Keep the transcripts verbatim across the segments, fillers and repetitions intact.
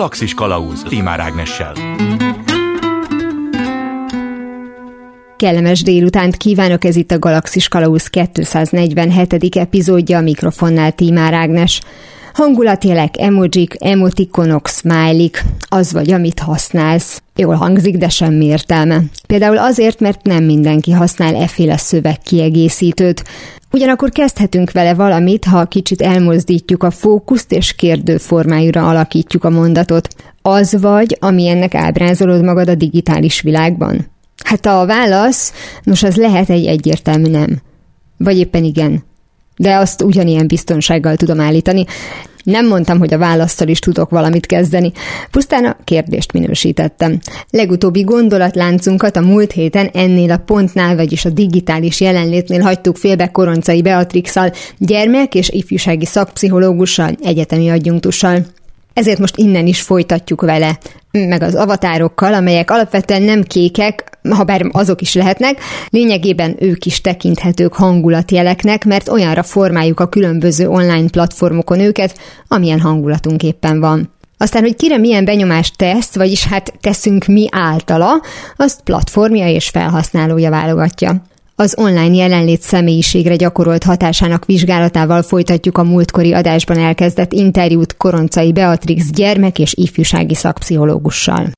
Galaxis Kalauz Tímár Ágnessel. Kellemes délutánt kívánok, ez itt a Galaxis Kalauz kétszáznegyvenhetedik epizódja, a mikrofonnál Tímár Ágnes. Hangulatjelek, emojik, emotikonok, smiley-k, az vagy, amit használsz. Jól hangzik, de semmi értelme. Például azért, mert nem mindenki használ efféle szövegkiegészítőt. Ugyanakkor kezdhetünk vele valamit, ha kicsit elmozdítjuk a fókuszt és kérdőformájúra alakítjuk a mondatot. Az vagy, ami ennek ábrázolod magad a digitális világban? Hát a válasz, nos, az lehet egy egyértelmű nem. Vagy éppen igen. De azt ugyanilyen biztonsággal tudom állítani. Nem mondtam, hogy a választal is tudok valamit kezdeni. Pusztán a kérdést minősítettem. Legutóbbi gondolatlánczunkat a múlt héten ennél a pontnál, vagyis a digitális jelenlétnél hagytuk félbe Koroncai Beatrixszal, gyermek- és ifjúsági szakpszichológussal, egyetemi adjunktussal. Ezért most innen is folytatjuk vele, meg az avatárokkal, amelyek alapvetően nem kékek, ha bár azok is lehetnek, lényegében ők is tekinthetők hangulatjeleknek, mert olyanra formáljuk a különböző online platformokon őket, amilyen hangulatunk éppen van. Aztán, hogy kire milyen benyomást tesz, vagyis hát teszünk mi általa, azt platformja és felhasználója válogatja. Az online jelenlét személyiségre gyakorolt hatásának vizsgálatával folytatjuk a múltkori adásban elkezdett interjút Koroncai Beatrix gyermek- és ifjúsági szakpszichológussal.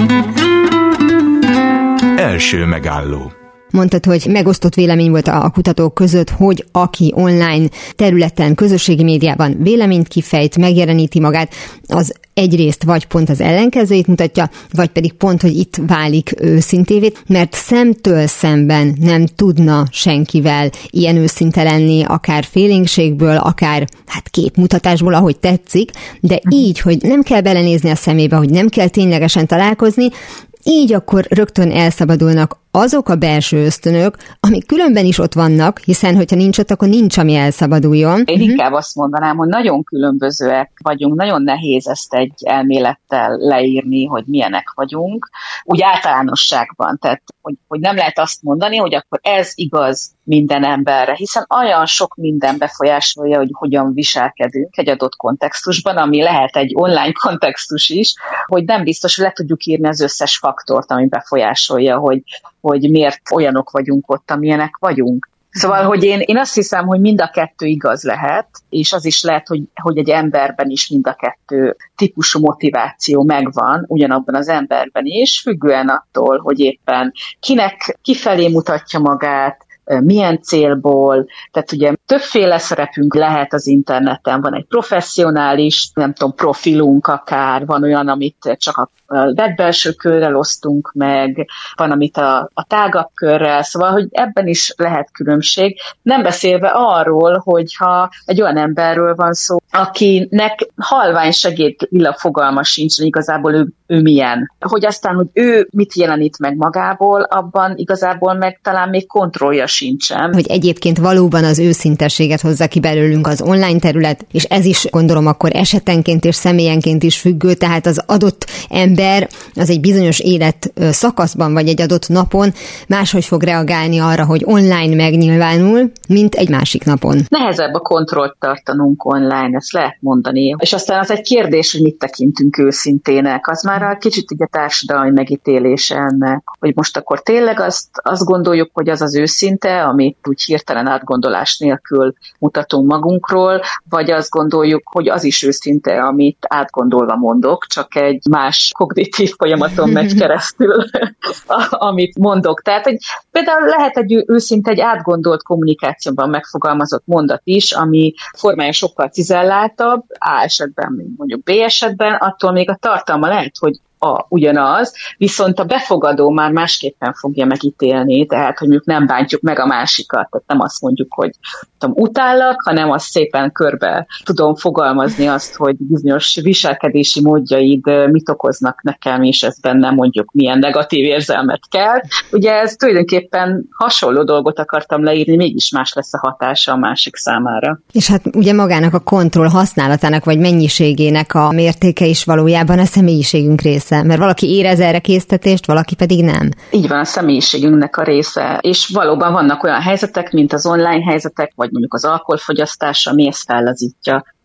Első megálló. Mondtad, hogy megosztott vélemény volt a kutatók között, hogy aki online területen, közösségi médiában véleményt kifejt, megjeleníti magát, az egyrészt vagy pont az ellenkezőjét mutatja, vagy pedig pont, hogy itt válik őszintévé, mert szemtől szemben nem tudna senkivel ilyen őszinte lenni, akár félénkségből, akár hát képmutatásból, ahogy tetszik, de így, hogy nem kell belenézni a szemébe, hogy nem kell ténylegesen találkozni, így akkor rögtön elszabadulnak azok a belső ösztönök, amik különben is ott vannak, hiszen hogyha nincs ott, akkor nincs, ami elszabaduljon. Én uh-huh. inkább azt mondanám, hogy nagyon különbözőek vagyunk, nagyon nehéz ezt egy elmélettel leírni, hogy milyenek vagyunk, úgy általánosságban, tehát hogy, hogy nem lehet azt mondani, hogy akkor ez igaz minden emberre, hiszen olyan sok minden befolyásolja, hogy hogyan viselkedünk egy adott kontextusban, ami lehet egy online kontextus is, hogy nem biztos, hogy le tudjuk írni az összes faktort, ami befolyásolja, hogy hogy miért olyanok vagyunk ott, amilyenek vagyunk. Szóval, hogy én, én azt hiszem, hogy mind a kettő igaz lehet, és az is lehet, hogy, hogy egy emberben is mind a kettő típusú motiváció megvan, ugyanabban az emberben is, függően attól, hogy éppen kinek kifelé mutatja magát, milyen célból, tehát ugye többféle szerepünk lehet az interneten, van egy professzionális, nem tudom, profilunk akár, van olyan, amit csak a webbelső körrel osztunk meg, van, amit a, a tágabb körrel, szóval, hogy ebben is lehet különbség, nem beszélve arról, hogyha egy olyan emberről van szó, akinek halvány segédlila fogalma sincs, hogy igazából ő, ő milyen. Hogy aztán, hogy ő mit jelenít meg magából, abban igazából meg talán még kontrollja sincsen. Hogy egyébként valóban az őszintességet hozza ki belőlünk az online terület, és ez is gondolom akkor esetenként és személyenként is függő, tehát az adott ember az egy bizonyos élet szakaszban, vagy egy adott napon máshogy fog reagálni arra, hogy online megnyilvánul, mint egy másik napon. Nehezebb a kontrollt tartanunk online, ezt lehet mondani. És aztán az egy kérdés, hogy mit tekintünk őszintének. Az már a kicsit így a társadalmi megítélése ennek, hogy most akkor tényleg azt, azt gondoljuk, hogy az az őszinte, amit úgy hirtelen átgondolás nélkül mutatunk magunkról, vagy azt gondoljuk, hogy az is őszinte, amit átgondolva mondok, csak egy más kognitív folyamaton megy keresztül, amit mondok. Tehát, hogy például lehet egy őszinte, egy átgondolt kommunikációban megfogalmazott mondat is, ami formája sokkal cizelláltabb, A esetben, mondjuk B esetben, attól még a tartalma lehet, hogy a, ugyanaz, viszont a befogadó már másképpen fogja megítélni, tehát, hogy mondjuk nem bántjuk meg a másikat, tehát nem azt mondjuk, hogy tudom, utállak, hanem azt szépen körbe tudom fogalmazni azt, hogy bizonyos viselkedési módjaid mit okoznak nekem, és ez bennem mondjuk milyen negatív érzelmet kell. Ugye ez tulajdonképpen hasonló dolgot akartam leírni, mégis más lesz a hatása a másik számára. És hát ugye magának a kontroll használatának, vagy mennyiségének a mértéke is valójában a személyiségünk része. Mert valaki érez erre késztetést, valaki pedig nem. Így van, a személyiségünknek a része. És valóban vannak olyan helyzetek, mint az online helyzetek, vagy mondjuk az alkoholfogyasztás, ami ezt fellazítja.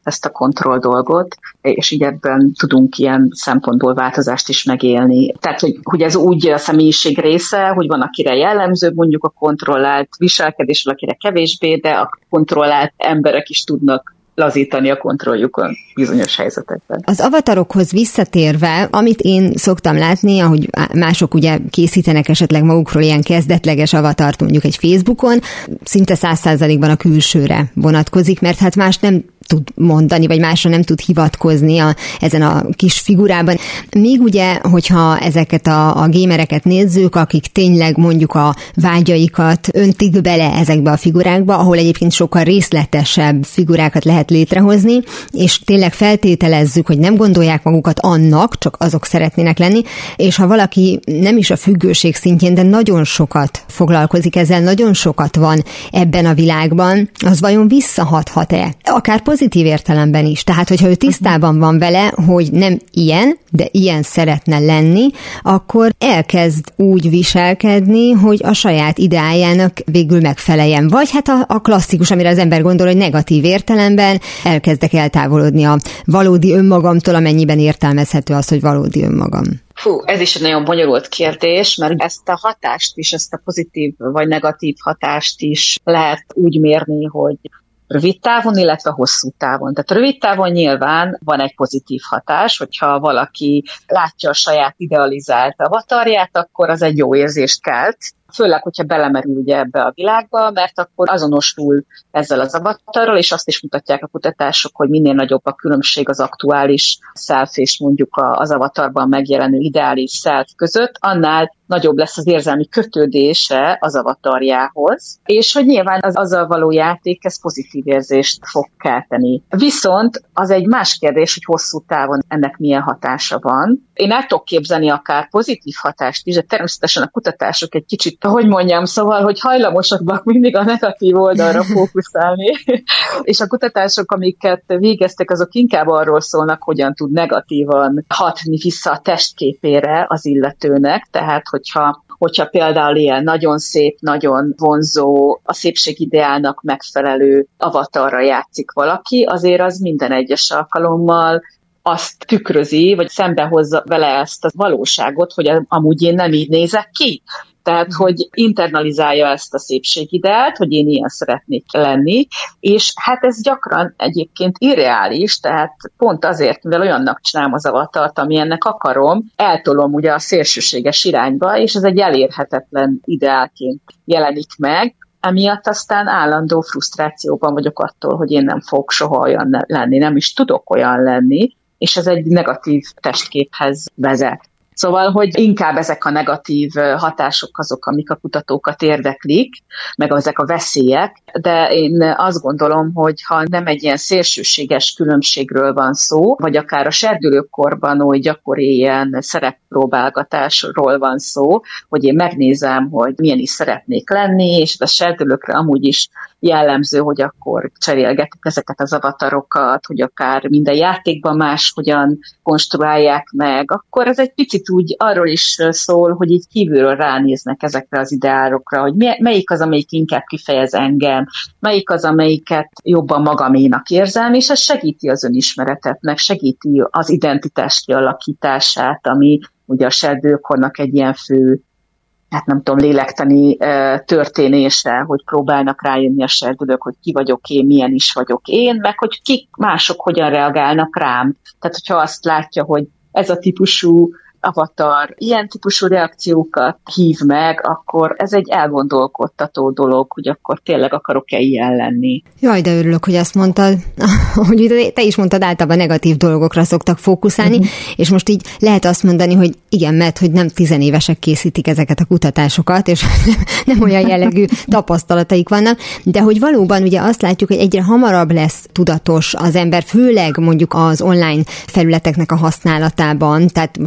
ezt a kontroll dolgot, és így ebben tudunk ilyen szempontból változást is megélni. Tehát, hogy, hogy ez úgy a személyiség része, hogy van, akire jellemző mondjuk a kontrollált viselkedés, akire kevésbé, de a kontrollált emberek is tudnak lazítani a kontrolljukon bizonyos helyzetekben. Az avatarokhoz visszatérve, amit én szoktam látni, ahogy mások ugye készítenek esetleg magukról ilyen kezdetleges avatart mondjuk egy Facebookon, szinte száz százalékban a külsőre vonatkozik, mert hát más nem tud mondani, vagy másra nem tud hivatkozni a, ezen a kis figurában. Míg ugye, hogyha ezeket a, a gémereket nézzük, akik tényleg mondjuk a vágyaikat öntik bele ezekbe a figurákba, ahol egyébként sokkal részletesebb figurákat lehet létrehozni, és tényleg feltételezzük, hogy nem gondolják magukat annak, csak azok szeretnének lenni, és ha valaki nem is a függőség szintjén, de nagyon sokat foglalkozik ezzel, nagyon sokat van ebben a világban, az vajon visszahathat-e? Akár pozitív értelemben is. Tehát, hogyha ő tisztában van vele, hogy nem ilyen, de ilyen szeretne lenni, akkor elkezd úgy viselkedni, hogy a saját ideájának végül megfeleljen. Vagy hát a, a klasszikus, amire az ember gondol, hogy negatív értelemben elkezdek eltávolodni a valódi önmagamtól, amennyiben értelmezhető az, hogy valódi önmagam. Fú, ez is egy nagyon bonyolult kérdés, mert ezt a hatást is, ezt a pozitív vagy negatív hatást is lehet úgy mérni, hogy rövid távon, illetve hosszú távon. Tehát rövid távon nyilván van egy pozitív hatás, hogyha valaki látja a saját idealizált avatarját, akkor az egy jó érzést kelt. Főleg, hogyha belemerül ugye ebbe a világba, mert akkor azonosul ezzel az avatarral, és azt is mutatják a kutatások, hogy minél nagyobb a különbség az aktuális self és mondjuk az avatarban megjelenő ideális self között, annál nagyobb lesz az érzelmi kötődése az avatarjához, és hogy nyilván az azzal való játék, ez pozitív érzést fog kelteni. Viszont az egy más kérdés, hogy hosszú távon ennek milyen hatása van. Én el tudok képzelni akár pozitív hatást is, de természetesen a kutatások egy kicsit, hogy mondjam, szóval, hogy hajlamosak mindig a negatív oldalra fókuszálni, és a kutatások, amiket végeztek, azok inkább arról szólnak, hogyan tud negatívan hatni vissza a testképére az illetőnek, tehát hogyha hogyha például ilyen nagyon szép, nagyon vonzó, a szépségideálnak megfelelő avatarra játszik valaki, azért az minden egyes alkalommal azt tükrözi, vagy szembehozza vele ezt a valóságot, hogy amúgy én nem így nézek ki. Tehát, hogy internalizálja ezt a szépségideált, hogy én ilyen szeretnék lenni, és hát ez gyakran egyébként irreális, tehát pont azért, mivel olyannak csinálom az avatart, ami ennek akarom, eltolom ugye a szélsőséges irányba, és ez egy elérhetetlen ideálként jelenik meg, emiatt aztán állandó frusztrációban vagyok attól, hogy én nem fogok soha olyan lenni, nem is tudok olyan lenni, és ez egy negatív testképhez vezet. Szóval, hogy inkább ezek a negatív hatások azok, amik a kutatókat érdeklik, meg ezek a veszélyek, de én azt gondolom, hogy ha nem egy ilyen szélsőséges különbségről van szó, vagy akár a serdülőkorban oly gyakori ilyen szereppróbálgatásról van szó, hogy én megnézem, hogy milyen is szeretnék lenni, és a serdülőkre amúgy is jellemző, hogy akkor cserélgetik ezeket az avatarokat, hogy akár minden játékban máshogyan konstruálják meg, akkor ez egy picit úgy arról is szól, hogy így kívülről ránéznek ezekre az ideálokra, hogy melyik az, amelyik inkább kifejez engem, melyik az, amelyiket jobban magaménak érzem, és ez segíti az önismeretet, meg segíti az identitás kialakítását, ami ugye a serdülőkornak egy ilyen fő, hát nem tudom, lélektani történése, hogy próbálnak rájönni a serdülők, hogy ki vagyok én, milyen is vagyok én, meg hogy kik mások hogyan reagálnak rám. Tehát, hogyha azt látja, hogy ez a típusú avatar ilyen típusú reakciókat hív meg, akkor ez egy elgondolkodtató dolog, hogy akkor tényleg akarok-e ilyen lenni. Jaj, de örülök, hogy ezt mondtad, hogy te is mondtad, általában negatív dolgokra szoktak fókuszálni, uh-huh. és most így lehet azt mondani, hogy igen, mert hogy nem tizenévesek készítik ezeket a kutatásokat, és nem olyan jellegű tapasztalataik vannak, de hogy valóban ugye azt látjuk, hogy egyre hamarabb lesz tudatos az ember, főleg mondjuk az online felületeknek a használatában, tehát most ez nem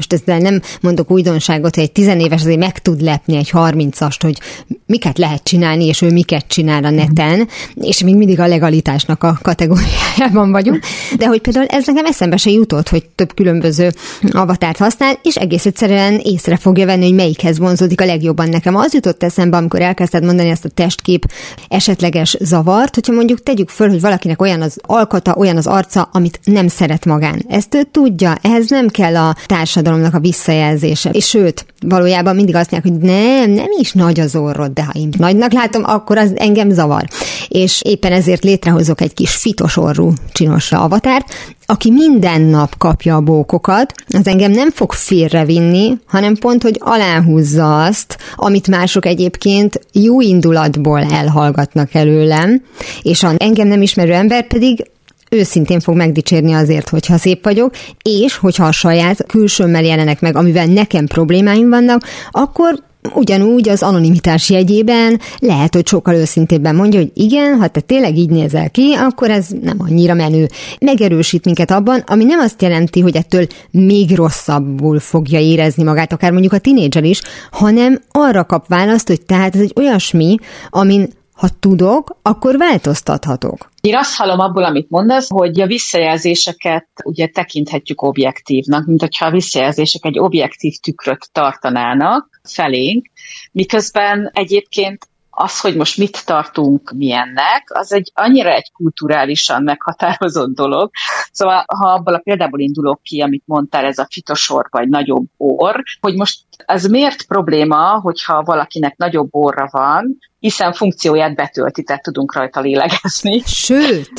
nem mondok újdonságot, hogy egy tizenéves azért meg tud lepni egy harmincast, hogy miket lehet csinálni, és ő miket csinál a neten, és még mindig a legalitásnak a kategóriájában vagyunk, de hogy például ez nekem eszembe se jutott, hogy több különböző avatárt használ, és egész egyszerűen észre fogja venni, hogy melyikhez vonzódik a legjobban. Nekem az jutott eszembe, amikor elkezdted mondani ezt a testkép esetleges zavart, hogyha mondjuk tegyük föl, hogy valakinek olyan az alkata, olyan az arca, amit nem szeret magán. Ezt ő tudja, ehhez nem kell a társadalomnak a visszajelzése. És sőt, valójában mindig azt mondják, hogy nem, nem is nagy az orrod, de ha én nagynak látom, akkor az engem zavar. És éppen ezért létrehozok egy kis fitos orrú csinos avatárt, aki minden nap kapja a bókokat, az engem nem fog félrevinni, hanem pont, hogy aláhúzza azt, amit mások egyébként jó indulatból elhallgatnak előlem, és az engem nem ismerő ember pedig őszintén fog megdicsérni azért, hogyha szép vagyok, és hogyha a saját külsőmmel jelenek meg, amivel nekem problémáim vannak, akkor ugyanúgy az anonimitás jegyében lehet, hogy sokkal őszintébben mondja, hogy igen, ha te tényleg így nézel ki, akkor ez nem annyira menő. Megerősít minket abban, ami nem azt jelenti, hogy ettől még rosszabbul fogja érezni magát, akár mondjuk a tinédzser is, hanem arra kap választ, hogy tehát ez egy olyasmi, amin ha tudok, akkor változtathatok. Én azt hallom abból, amit mondasz, hogy a visszajelzéseket ugye tekinthetjük objektívnak, mint hogyha a visszajelzések egy objektív tükröt tartanának felénk, miközben egyébként az, hogy most mit tartunk milyennek, az egy annyira egy kulturálisan meghatározott dolog. Szóval, ha abból a példából indulok ki, amit mondtál, ez a fitosor vagy nagyobb orr, hogy most ez miért probléma, hogyha valakinek nagyobb orra van, hiszen funkcióját betölti, tehát tudunk rajta lélegezni. Sőt!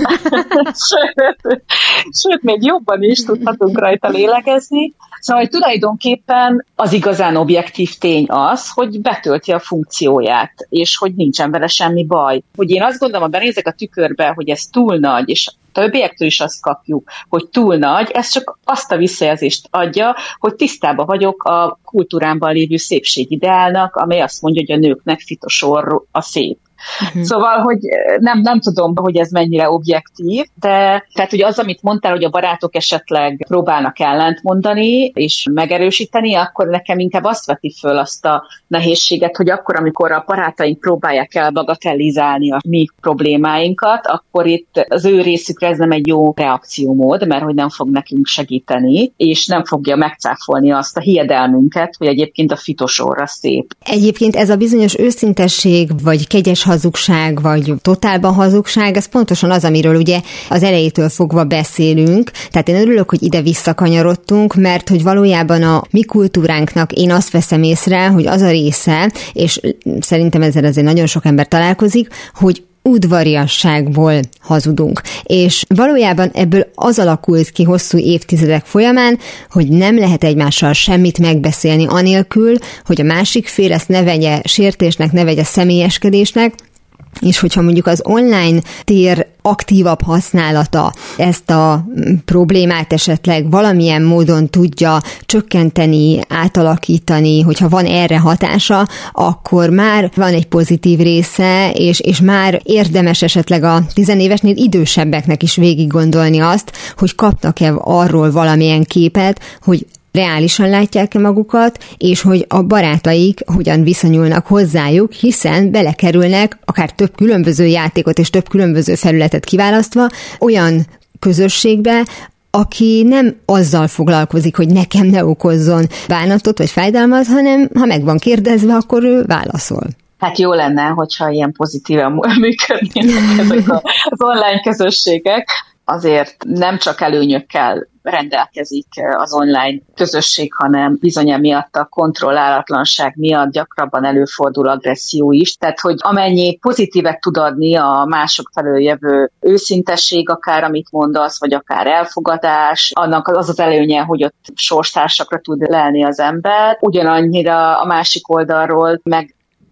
sőt, sőt, még jobban is tudhatunk rajta lélegezni. Szóval tulajdonképpen az igazán objektív tény az, hogy betölti a funkcióját, és hogy nincsen vele semmi baj. Hogy én azt gondolom, ha benézek a tükörbe, hogy ez túl nagy, és többiektől is azt kapjuk, hogy túl nagy, ez csak azt a visszajelzést adja, hogy tisztában vagyok a kultúrámban lévő szépségideálnak, amely azt mondja, hogy a nőknek fitos orr a szép. Uh-huh. Szóval, hogy nem, nem tudom, hogy ez mennyire objektív, de tehát, hogy az, amit mondtál, hogy a barátok esetleg próbálnak ellent mondani és megerősíteni, akkor nekem inkább azt veti föl azt a nehézséget, hogy akkor, amikor a barátaink próbálják el bagatellizálni a mi problémáinkat, akkor itt az ő részükre ez nem egy jó reakciómód, mert hogy nem fog nekünk segíteni, és nem fogja megcáfolni azt a hiedelmünket, hogy egyébként a fitos orra szép. Egyébként ez a bizonyos őszintesség, vagy kegyes hazugság, vagy totálban hazugság, ez pontosan az, amiről ugye az elejétől fogva beszélünk. Tehát én örülök, hogy ide visszakanyarodtunk, mert hogy valójában a mi kultúránknak én azt veszem észre, hogy az a része, és szerintem ezzel azért nagyon sok ember találkozik, hogy udvariasságból hazudunk. És valójában ebből az alakult ki hosszú évtizedek folyamán, hogy nem lehet egymással semmit megbeszélni anélkül, hogy a másik fél ezt ne vegye sértésnek, ne vegye személyeskedésnek, és hogyha mondjuk az online tér aktívabb használata ezt a problémát esetleg valamilyen módon tudja csökkenteni, átalakítani, hogyha van erre hatása, akkor már van egy pozitív része, és, és már érdemes esetleg a tizenévesnél idősebbeknek is végig gondolni azt, hogy kapnak-e arról valamilyen képet, hogy reálisan látják-e magukat, és hogy a barátaik hogyan viszonyulnak hozzájuk, hiszen belekerülnek, akár több különböző játékot és több különböző felületet kiválasztva, olyan közösségbe, aki nem azzal foglalkozik, hogy nekem ne okozzon bánatot vagy fájdalmat, hanem ha meg van kérdezve, akkor ő válaszol. Hát jó lenne, hogyha ilyen pozitívan működnének ezek az online közösségek. Azért nem csak előnyökkel rendelkezik az online közösség, hanem bizony emiatt a kontrollálatlanság miatt gyakrabban előfordul agresszió is. Tehát, hogy amennyi pozitívet tud adni a mások felől jövő őszintesség, akár amit mondasz, vagy akár elfogadás, annak az az előnye, hogy ott sorstársakra tud lelni az ember. Ugyanannyira a másik oldalról meg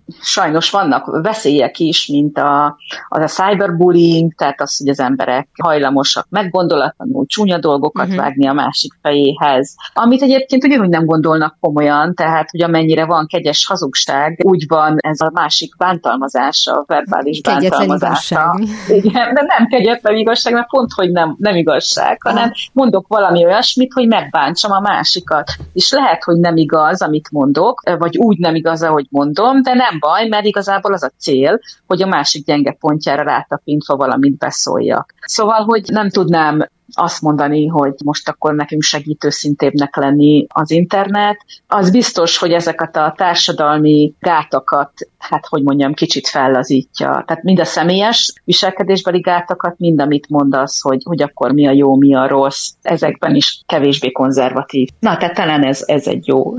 sajnos vannak veszélyek is, mint a, az a cyberbullying, tehát az, hogy az emberek hajlamosak meggondolatlanul csúnya dolgokat uh-huh. vágni a másik fejéhez, amit egyébként ugyanúgy nem gondolnak komolyan, tehát hogy amennyire van kegyes hazugság, úgy van ez a másik bántalmazása, verbális bántalmazása. Igen, de nem kegyetlen igazság, mert pont, hogy nem, nem igazság, hanem uh-huh. mondok valami olyasmit, hogy megbántsam a másikat. És lehet, hogy nem igaz, amit mondok, vagy úgy nem igaz, ahogy mondom, de nem baj, mert igazából az a cél, hogy a másik gyenge pontjára rátapintva valamit beszóljak. Szóval, hogy nem tudnám azt mondani, hogy most akkor nekünk segít őszintébbnek lenni az internet. Az biztos, hogy ezeket a társadalmi gátakat, hát hogy mondjam, kicsit fellazítja. Tehát mind a személyes viselkedésbeli gátakat, mind amit mondasz, hogy, hogy akkor mi a jó, mi a rossz, ezekben is kevésbé konzervatív. Na, tehát talán ez, ez egy jó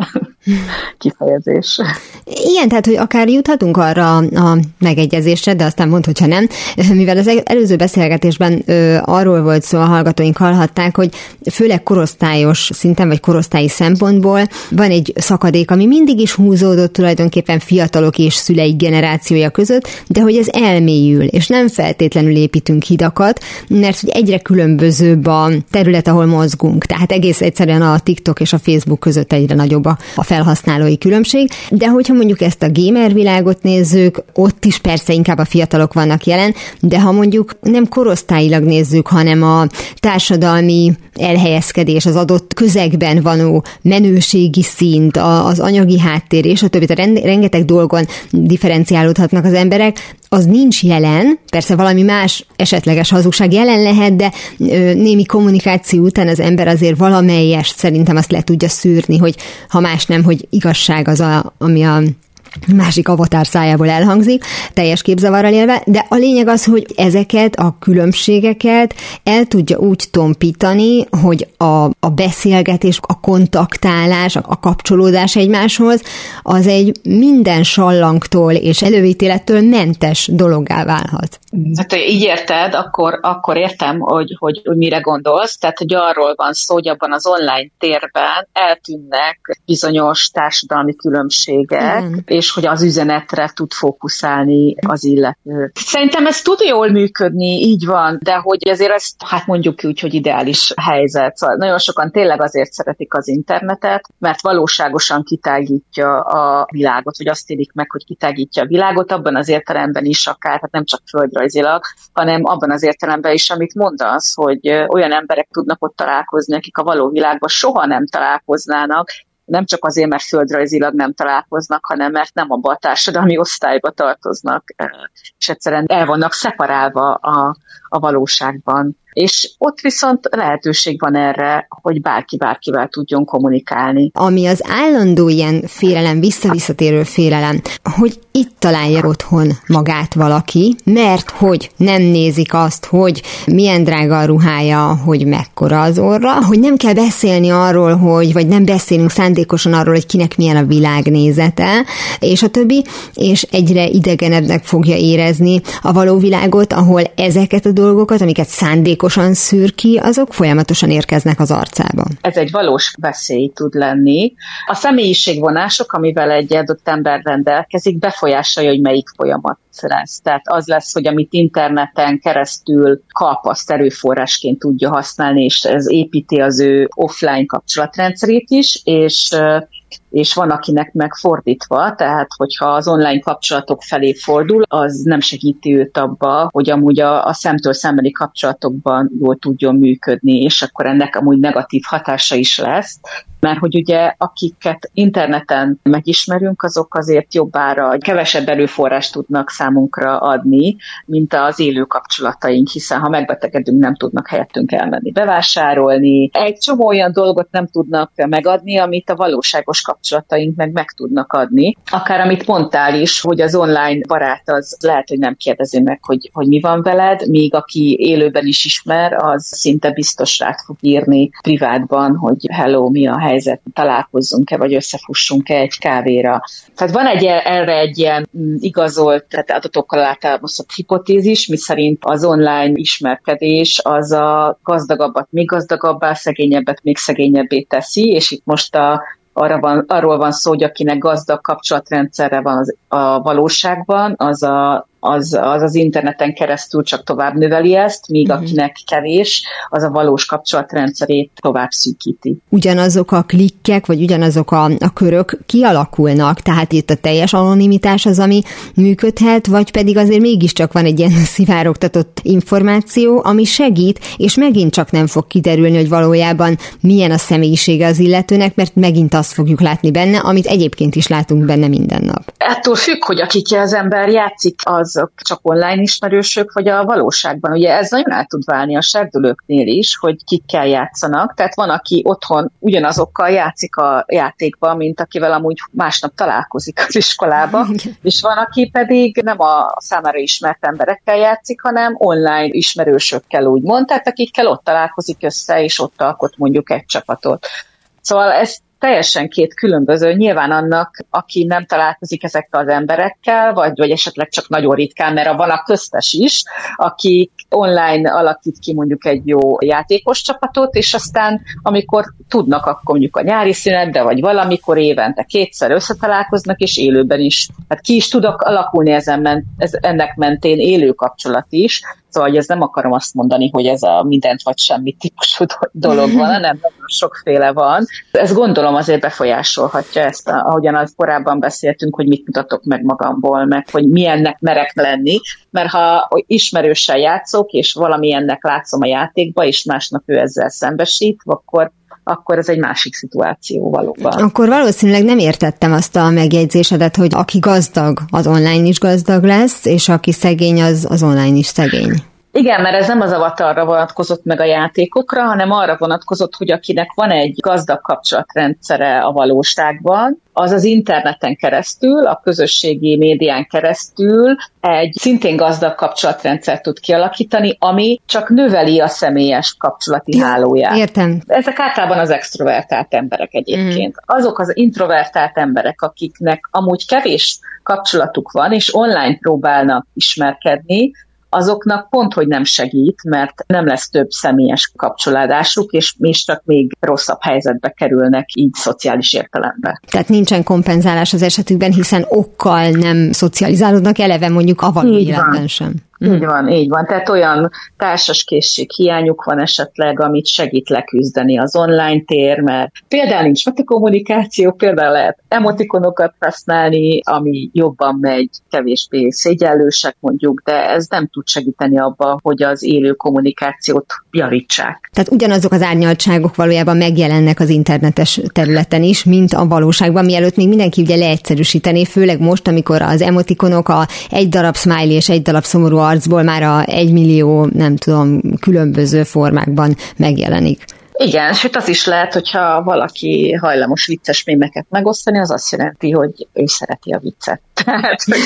kifejezés. Igen, tehát, hogy akár juthatunk arra a megegyezésre, de aztán mondd, hogyha nem, mivel az előző beszélgetésben ö, arról volt szó, a hallgatóink hallhatták, hogy főleg korosztályos szinten, vagy korosztályi szempontból van egy szakadék, ami mindig is húzódott tulajdonképpen fiatalok és szüleik generációja között, de hogy ez elmélyül, és nem feltétlenül építünk hidakat, mert hogy egyre különbözőbb a terület, ahol mozgunk. Tehát egész egyszerűen a TikTok és a Facebook között egyre nagyobb a, a felhasználói különbség, de hogyha mondjuk ezt a gamer világot nézzük, ott is persze inkább a fiatalok vannak jelen, de ha mondjuk nem korosztályilag nézzük, hanem a társadalmi elhelyezkedés, az adott közegben vanó menőségi szint, az anyagi háttér és a többi, tehát rengeteg dolgon differenciálódhatnak az emberek, az nincs jelen, persze valami más esetleges hazugság jelen lehet, de némi kommunikáció után az ember azért valamelyest szerintem azt le tudja szűrni, hogy ha más nem, hogy igazság az, a, ami a másik avatár szájából elhangzik, teljes képzavarral élve, de a lényeg az, hogy ezeket a különbségeket el tudja úgy tompítani, hogy a, a beszélgetés, a kontaktálás, a, a kapcsolódás egymáshoz, az egy minden sallangtól és előítélettől mentes dologgá válhat. Hát, ha így érted, akkor, akkor értem, hogy, hogy, hogy mire gondolsz, tehát, hogy arról van szó, hogy abban az online térben eltűnnek bizonyos társadalmi különbségek, mm. és hogy az üzenetre tud fókuszálni az illető. Szerintem ez tud jól működni, így van, de hogy ezért ezt, hát mondjuk úgy, hogy ideális helyzet. Szóval nagyon sokan tényleg azért szeretik az internetet, mert valóságosan kitágítja a világot, vagy azt élik meg, hogy kitágítja a világot, abban az értelemben is akár, hát nem csak földrajzilag, hanem abban az értelemben is, amit mondasz, hogy olyan emberek tudnak ott találkozni, akik a való világban soha nem találkoznának, nem csak azért, mert földrajzilag nem találkoznak, hanem mert nem abba a társadalmi osztályba tartoznak, és egyszerűen el vannak szeparálva a, a valóságban. És ott viszont lehetőség van erre, hogy bárki bárkivel tudjon kommunikálni. Ami az állandó ilyen félelem, visszavisszatérő félelem, hogy itt találja otthon magát valaki, mert hogy nem nézik azt, hogy milyen drága a ruhája, hogy mekkora az orra, hogy nem kell beszélni arról, hogy, vagy nem beszélünk szándékosan arról, hogy kinek milyen a világnézete, és a többi, és egyre idegenebbnek fogja érezni a való világot, ahol ezeket a dolgokat, amiket szándékosan szűr ki, azok folyamatosan érkeznek az arcába. Ez egy valós veszély tud lenni. A személyiségvonások, amivel egy adott ember rendelkezik, befolyásolja, hogy melyik folyamat lesz. Tehát az lesz, hogy amit interneten keresztül kap, azt erőforrásként tudja használni, és ez építi az ő offline kapcsolatrendszerét is, és és van, akinek megfordítva, tehát hogyha az online kapcsolatok felé fordul, az nem segíti őt abba, hogy amúgy a, a szemtől szembeni kapcsolatokban jól tudjon működni, és akkor ennek amúgy negatív hatása is lesz, mert hogy ugye akiket interneten megismerünk, azok azért jobbára, kevesebb erőforrást tudnak számunkra adni, mint az élő kapcsolataink, hiszen ha megbetegedünk, nem tudnak helyettünk elmenni bevásárolni. Egy csomó olyan dolgot nem tudnak megadni, amit a valóságos kapcsolataink meg meg tudnak adni. Akár amit mondtál is, hogy az online barát az lehet, hogy nem kérdezi meg, hogy, hogy mi van veled, míg aki élőben is ismer, az szinte biztos rád fog írni privátban, hogy hello, mi a helyzet, találkozzunk-e, vagy összefussunk-e egy kávéra. Tehát van egy, erre egy ilyen igazolt, tehát adatokkal alátámasztott hipotézis, miszerint az online ismerkedés az a gazdagabbat még gazdagabbá, szegényebbet még szegényebbé teszi, és itt most a arra van, arról van szó, hogy akinek gazdag kapcsolatrendszerre van az, a valóságban, az a Az, az az interneten keresztül csak tovább növeli ezt, míg uh-huh. akinek kevés, az a valós kapcsolatrendszerét tovább szűkíti. Ugyanazok a klikkek, vagy ugyanazok a, a körök kialakulnak, tehát itt a teljes anonimitás az, ami működhet, vagy pedig azért mégiscsak van egy ilyen szivárogtatott információ, ami segít, és megint csak nem fog kiderülni, hogy valójában milyen a személyisége az illetőnek, mert megint azt fogjuk látni benne, amit egyébként is látunk benne minden nap. Ettől függ, hogy akikkel az ember játszik, az azok csak online ismerősök, vagy a valóságban. Ugye ez nagyon el tud válni a serdülőknél is, hogy kikkel játszanak. Tehát van, aki otthon ugyanazokkal játszik a játékban, mint akivel amúgy másnap találkozik az iskolába, és van, aki pedig nem a számára ismert emberekkel játszik, hanem online ismerősökkel úgymond, tehát akikkel ott találkozik össze, és ott alkot mondjuk egy csapatot. Szóval ez teljesen két különböző. Nyilván annak, aki nem találkozik ezekkel az emberekkel, vagy, vagy esetleg csak nagyon ritkán, mert van a köztes is, aki online alakít ki mondjuk egy jó játékos csapatot, és aztán amikor tudnak, akkor mondjuk a nyári szünetbe, vagy valamikor évente kétszer összetalálkoznak, és élőben is. Hát ki is tudok alakulni ezen ment, ez, ennek mentén élő kapcsolat is. Szóval ez nem akarom azt mondani, hogy ez a mindent vagy semmit típusú dolog van, hanem nagyon sokféle van. Ez gondolom azért befolyásolhatja ezt, ahogyan az korábban beszéltünk, hogy mit mutatok meg magamból, meg hogy milyennek merek lenni, mert ha ismerőssel játszok, és valamilyennek látszom a játékba, és másnap ő ezzel szembesít, akkor akkor ez egy másik szituáció valóban. Akkor valószínűleg nem értettem azt a megjegyzésedet, hogy aki gazdag, az online is gazdag lesz, és aki szegény, az, az online is szegény. Igen, mert ez nem az avatarra vonatkozott meg a játékokra, hanem arra vonatkozott, hogy akinek van egy gazdag kapcsolatrendszere a valóságban, az az interneten keresztül, a közösségi médián keresztül egy szintén gazdag kapcsolatrendszert tud kialakítani, ami csak növeli a személyes kapcsolati ja, hálóját. Értem. Ezek általában az extrovertált emberek egyébként. Mm. Azok az introvertált emberek, akiknek amúgy kevés kapcsolatuk van, és online próbálnak ismerkedni, azoknak pont, hogy nem segít, mert nem lesz több személyes kapcsolódásuk, és még csak még rosszabb helyzetbe kerülnek így szociális értelemben. Tehát nincsen kompenzálás az esetükben, hiszen okkal nem szocializálódnak eleve mondjuk a való életben sem. Így van, így van. Tehát olyan társaskészség hiányuk van esetleg, amit segít leküzdeni az online tér, mert például nincs metakommunikáció, például lehet emotikonokat használni, ami jobban megy, kevésbé szégyellősek mondjuk, de ez nem tud segíteni abba, hogy az élő kommunikációt javítsák. Tehát ugyanazok az árnyaltságok valójában megjelennek az internetes területen is, mint a valóságban, mielőtt még mindenki ugye leegyszerűsítené, főleg most, amikor az emotikonok, a egy darab smiley és egy darab szomorú arcból már a egymillió, nem tudom, különböző formákban megjelenik. Igen, sőt az is lehet, hogyha valaki hajlamos vicces mémeket megosztani, az azt jelenti, hogy ő szereti a viccet. Tehát, hogy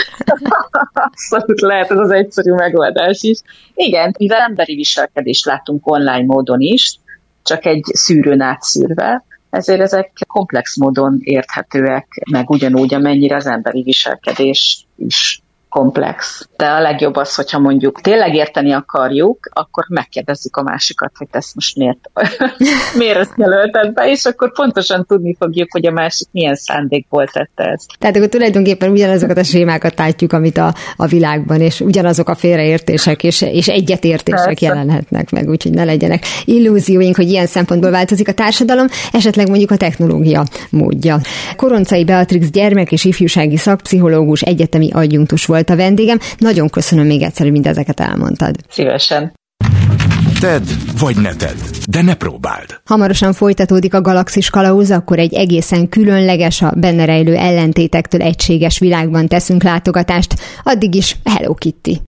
abszolút lehet ez az egyszerű megoldás is. Igen, mivel emberi viselkedést látunk online módon is, csak egy szűrőn átszűrve, ezért ezek komplex módon érthetőek, meg ugyanúgy, amennyire az emberi viselkedés is komplex. De a legjobb az, hogyha mondjuk tényleg érteni akarjuk, akkor megkérdezzük a másikat, hogy ezt most miért, miért ezt jelölted be, és akkor pontosan tudni fogjuk, hogy a másik milyen szándékból tette ezt. Tehát akkor tulajdonképpen ugyanazokat a sémákat látjuk, amit a, a világban, és ugyanazok a félreértések és, és egyetértések Persze. jelenhetnek meg, úgyhogy ne legyenek illúzióink, hogy ilyen szempontból változik a társadalom, esetleg mondjuk a technológia módja. Koroncai Beatrix gyermek- és ifjúsági szakpszichológus, egyetemi adjunktus volt a vendégem. Nagyon köszönöm még egyszer, hogy mindezeket elmondtad. Szívesen. Tedd, vagy ne tedd, de ne próbáld. Hamarosan folytatódik a Galaxis kalauz, akkor egy egészen különleges, a benne rejlő ellentétektől egységes világban teszünk látogatást. Addig is Hello Kitty.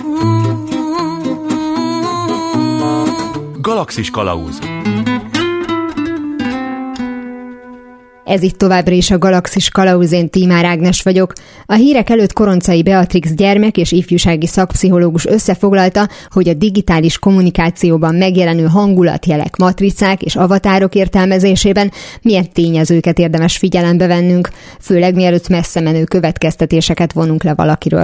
Galaxis kalauz. Ez itt továbbra is a Galaxis kalauz, én Tímár Ágnes vagyok. A hírek előtt Koroncai Beatrix gyermek- és ifjúsági szakpszichológus összefoglalta, hogy a digitális kommunikációban megjelenő hangulatjelek, matricák és avatárok értelmezésében milyen tényezőket érdemes figyelembe vennünk, főleg mielőtt messze menő következtetéseket vonunk le valakiről.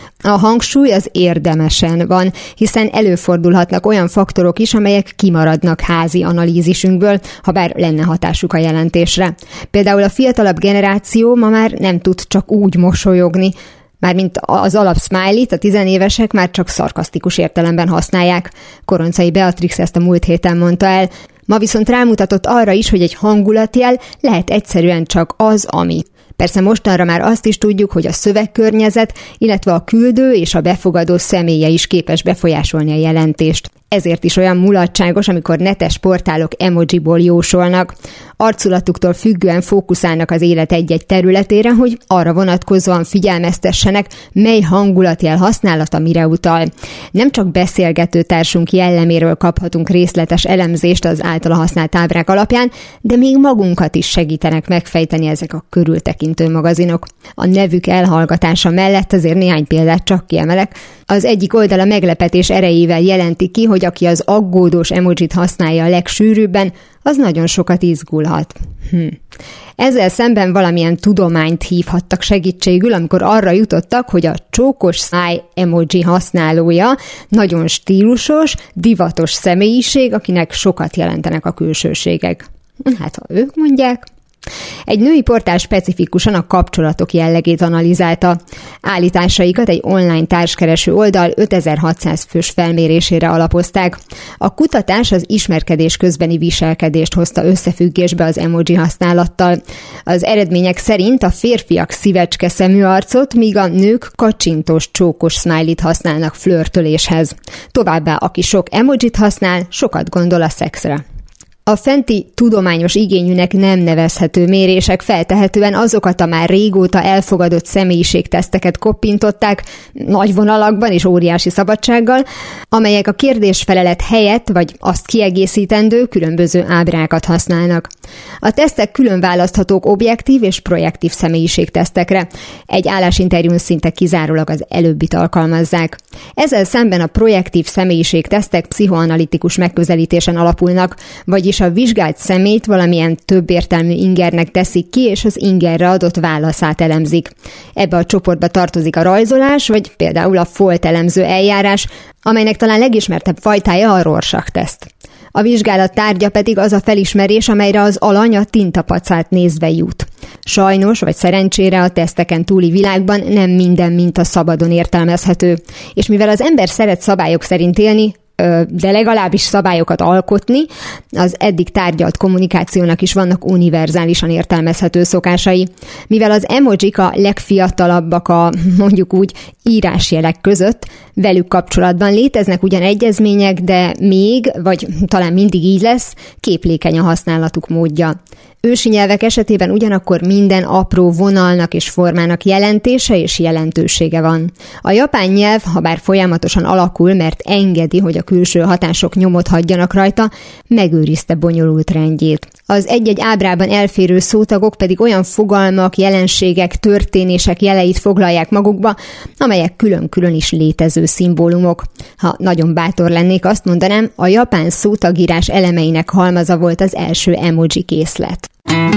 A hangsúly az érdemesen van, hiszen előfordulhatnak olyan faktorok is, amelyek kimaradnak házi analízisünkből, ha bár lenne hatásuk a jelentésre. Például a fiatalabb generáció ma már nem tud csak úgy mosolyogni, mármint az alap smiley-t a tizenévesek már csak szarkasztikus értelemben használják. Koroncai Beatrix ezt a múlt héten mondta el. Ma viszont rámutatott arra is, hogy egy hangulatjel lehet egyszerűen csak az, ami. Persze mostanra már azt is tudjuk, hogy a szövegkörnyezet, illetve a küldő és a befogadó személye is képes befolyásolni a jelentést. Ezért is olyan mulatságos, amikor netes portálok emojiból jósolnak. Arculatuktól függően fókuszálnak az élet egy-egy területére, hogy arra vonatkozóan figyelmeztessenek, mely hangulatjel használata mire utal. Nem csak beszélgető társunk jelleméről kaphatunk részletes elemzést az általa használt ábrák alapján, de még magunkat is segítenek megfejteni ezek a körültekintő magazinok. A nevük elhallgatása mellett azért néhány példát csak kiemelek. Az egyik oldal a meglepetés erejével jelenti ki, hogy aki az aggódós emojit használja a legsűrűbben, az nagyon sokat izgulhat. Hm. Ezzel szemben valamilyen tudományt hívhattak segítségül, amikor arra jutottak, hogy a csókos száj emoji használója nagyon stílusos, divatos személyiség, akinek sokat jelentenek a külsőségek. Hát, ha ők mondják. Egy női portál specifikusan a kapcsolatok jellegét analizálta. Állításaikat egy online társkereső oldal ötezer-hatszáz fős felmérésére alapozták. A kutatás az ismerkedés közbeni viselkedést hozta összefüggésbe az emoji használattal. Az eredmények szerint a férfiak szívecske szemű arcot, míg a nők kacsintós, csókos smiley-t használnak flörtöléshez. Továbbá, aki sok emojit használ, sokat gondol a szexre. A fenti tudományos igényűnek nem nevezhető mérések feltehetően azokat a már régóta elfogadott személyiségteszteket koppintották, nagy vonalakban és óriási szabadsággal, amelyek a kérdésfelelet helyett vagy azt kiegészítendő különböző ábrákat használnak. A tesztek külön választhatók objektív és projektív személyiségtesztekre. Egy állásinterjún szinte kizárólag az előbbit alkalmazzák. Ezzel szemben a projektív személyiségtesztek pszichoanalitikus megközelítésen alapulnak, vagyis a vizsgált személyt valamilyen többértelmű ingernek teszik ki, és az ingerre adott válaszát elemzik. Ebbe a csoportba tartozik a rajzolás, vagy például a folt elemző eljárás, amelynek talán legismertebb fajtája a Rorschach-teszt. A vizsgálat tárgya pedig az a felismerés, amelyre az alany a tintapacát nézve jut. Sajnos, vagy szerencsére a teszteken túli világban nem minden minta szabadon értelmezhető, és mivel az ember szeret szabályok szerint élni, de legalábbis szabályokat alkotni, az eddig tárgyalt kommunikációnak is vannak univerzálisan értelmezhető szokásai. Mivel az emojik a legfiatalabbak a, mondjuk úgy, írásjelek között, velük kapcsolatban léteznek ugyan egyezmények, de még, vagy talán mindig így lesz, képlékeny a használatuk módja. Ősi nyelvek esetében ugyanakkor minden apró vonalnak és formának jelentése és jelentősége van. A japán nyelv, ha bár folyamatosan alakul, mert engedi, hogy a külső hatások nyomot hagyjanak rajta, megőrizte bonyolult rendjét. Az egy-egy ábrában elférő szótagok pedig olyan fogalmak, jelenségek, történések jeleit foglalják magukba, amelyek külön-külön is létező szimbólumok. Ha nagyon bátor lennék, azt mondanám, a japán szótagírás elemeinek halmaza volt az első emoji készlet.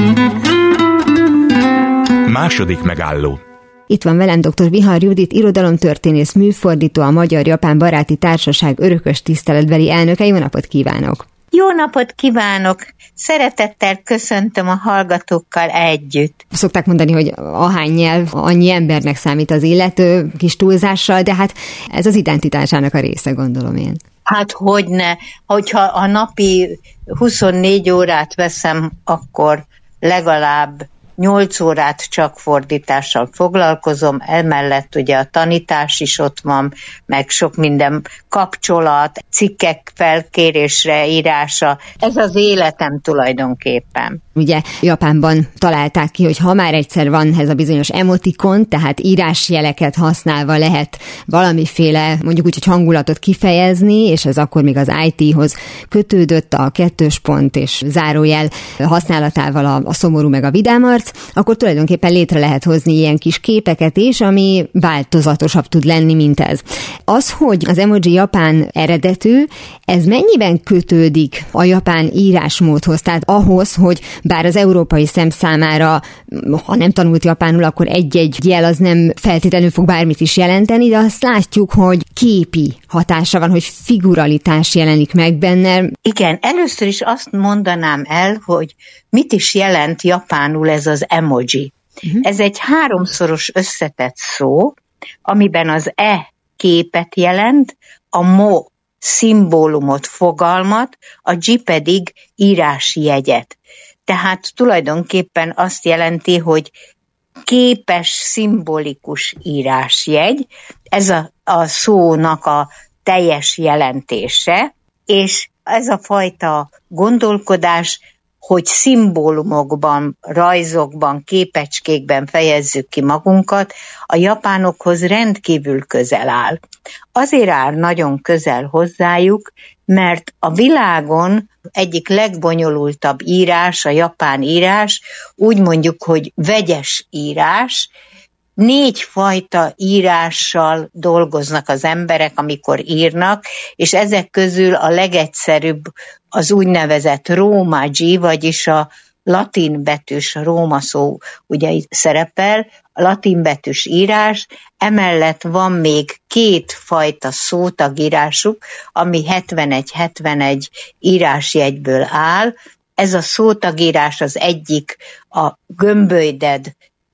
Második megálló. Itt van velem dr. Vihar Judit, irodalomtörténész, műfordító, a Magyar-Japán Baráti Társaság örökös tiszteletbeli elnöke. Jó napot kívánok! Jó napot kívánok! Szeretettel köszöntöm a hallgatókkal együtt. Szokták mondani, hogy ahány nyelv, annyi embernek számít az illető, kis túlzással, de hát ez az identitásának a része, gondolom én. Hát hogyne, hogyha a napi huszonnégy órát veszem, akkor legalább nyolc órát csak fordítással foglalkozom, emellett ugye a tanítás is ott van, meg sok minden kapcsolat, cikkek felkérésre írása. Ez az életem tulajdonképpen. Ugye Japánban találták ki, hogy ha már egyszer van ez a bizonyos emotikon, tehát írásjeleket használva lehet valamiféle, mondjuk úgy, hogy hangulatot kifejezni, és ez akkor még az í té-hoz kötődött, a kettős pont és zárójel használatával a, a szomorú meg a vidám arc, akkor tulajdonképpen létre lehet hozni ilyen kis képeket is, ami változatosabb tud lenni, mint ez. Az, hogy az emoji japán eredetű, ez mennyiben kötődik a japán írásmódhoz, tehát ahhoz, hogy bár az európai szem számára, ha nem tanult japánul, akkor egy-egy jel az nem feltétlenül fog bármit is jelenteni, de azt látjuk, hogy képi hatása van, hogy figuralitás jelenik meg benne. Igen, először is azt mondanám el, hogy mit is jelent japánul ez az emoji. Uh-huh. Ez egy háromszoros összetett szó, amiben az e képet jelent, a mo szimbólumot, fogalmat, a ji pedig írásjegyet. Tehát tulajdonképpen azt jelenti, hogy képes, szimbolikus írásjegy, ez a, a szónak a teljes jelentése, és ez a fajta gondolkodás, hogy szimbólumokban, rajzokban, képecskékben fejezzük ki magunkat, a japánokhoz rendkívül közel áll. Azért áll nagyon közel hozzájuk, mert a világon egyik legbonyolultabb írás, a japán írás, úgy mondjuk, hogy vegyes írás, négy fajta írással dolgoznak az emberek, amikor írnak, és ezek közül a legegyszerűbb az úgynevezett róma-ji, vagyis a latin betűs, a róma szó ugye itt szerepel, a latin betűs írás, emellett van még két fajta szótagírásuk, ami hetvenegy hetvenegy írásjegyből áll. Ez a szótagírás az egyik, a gömbölyded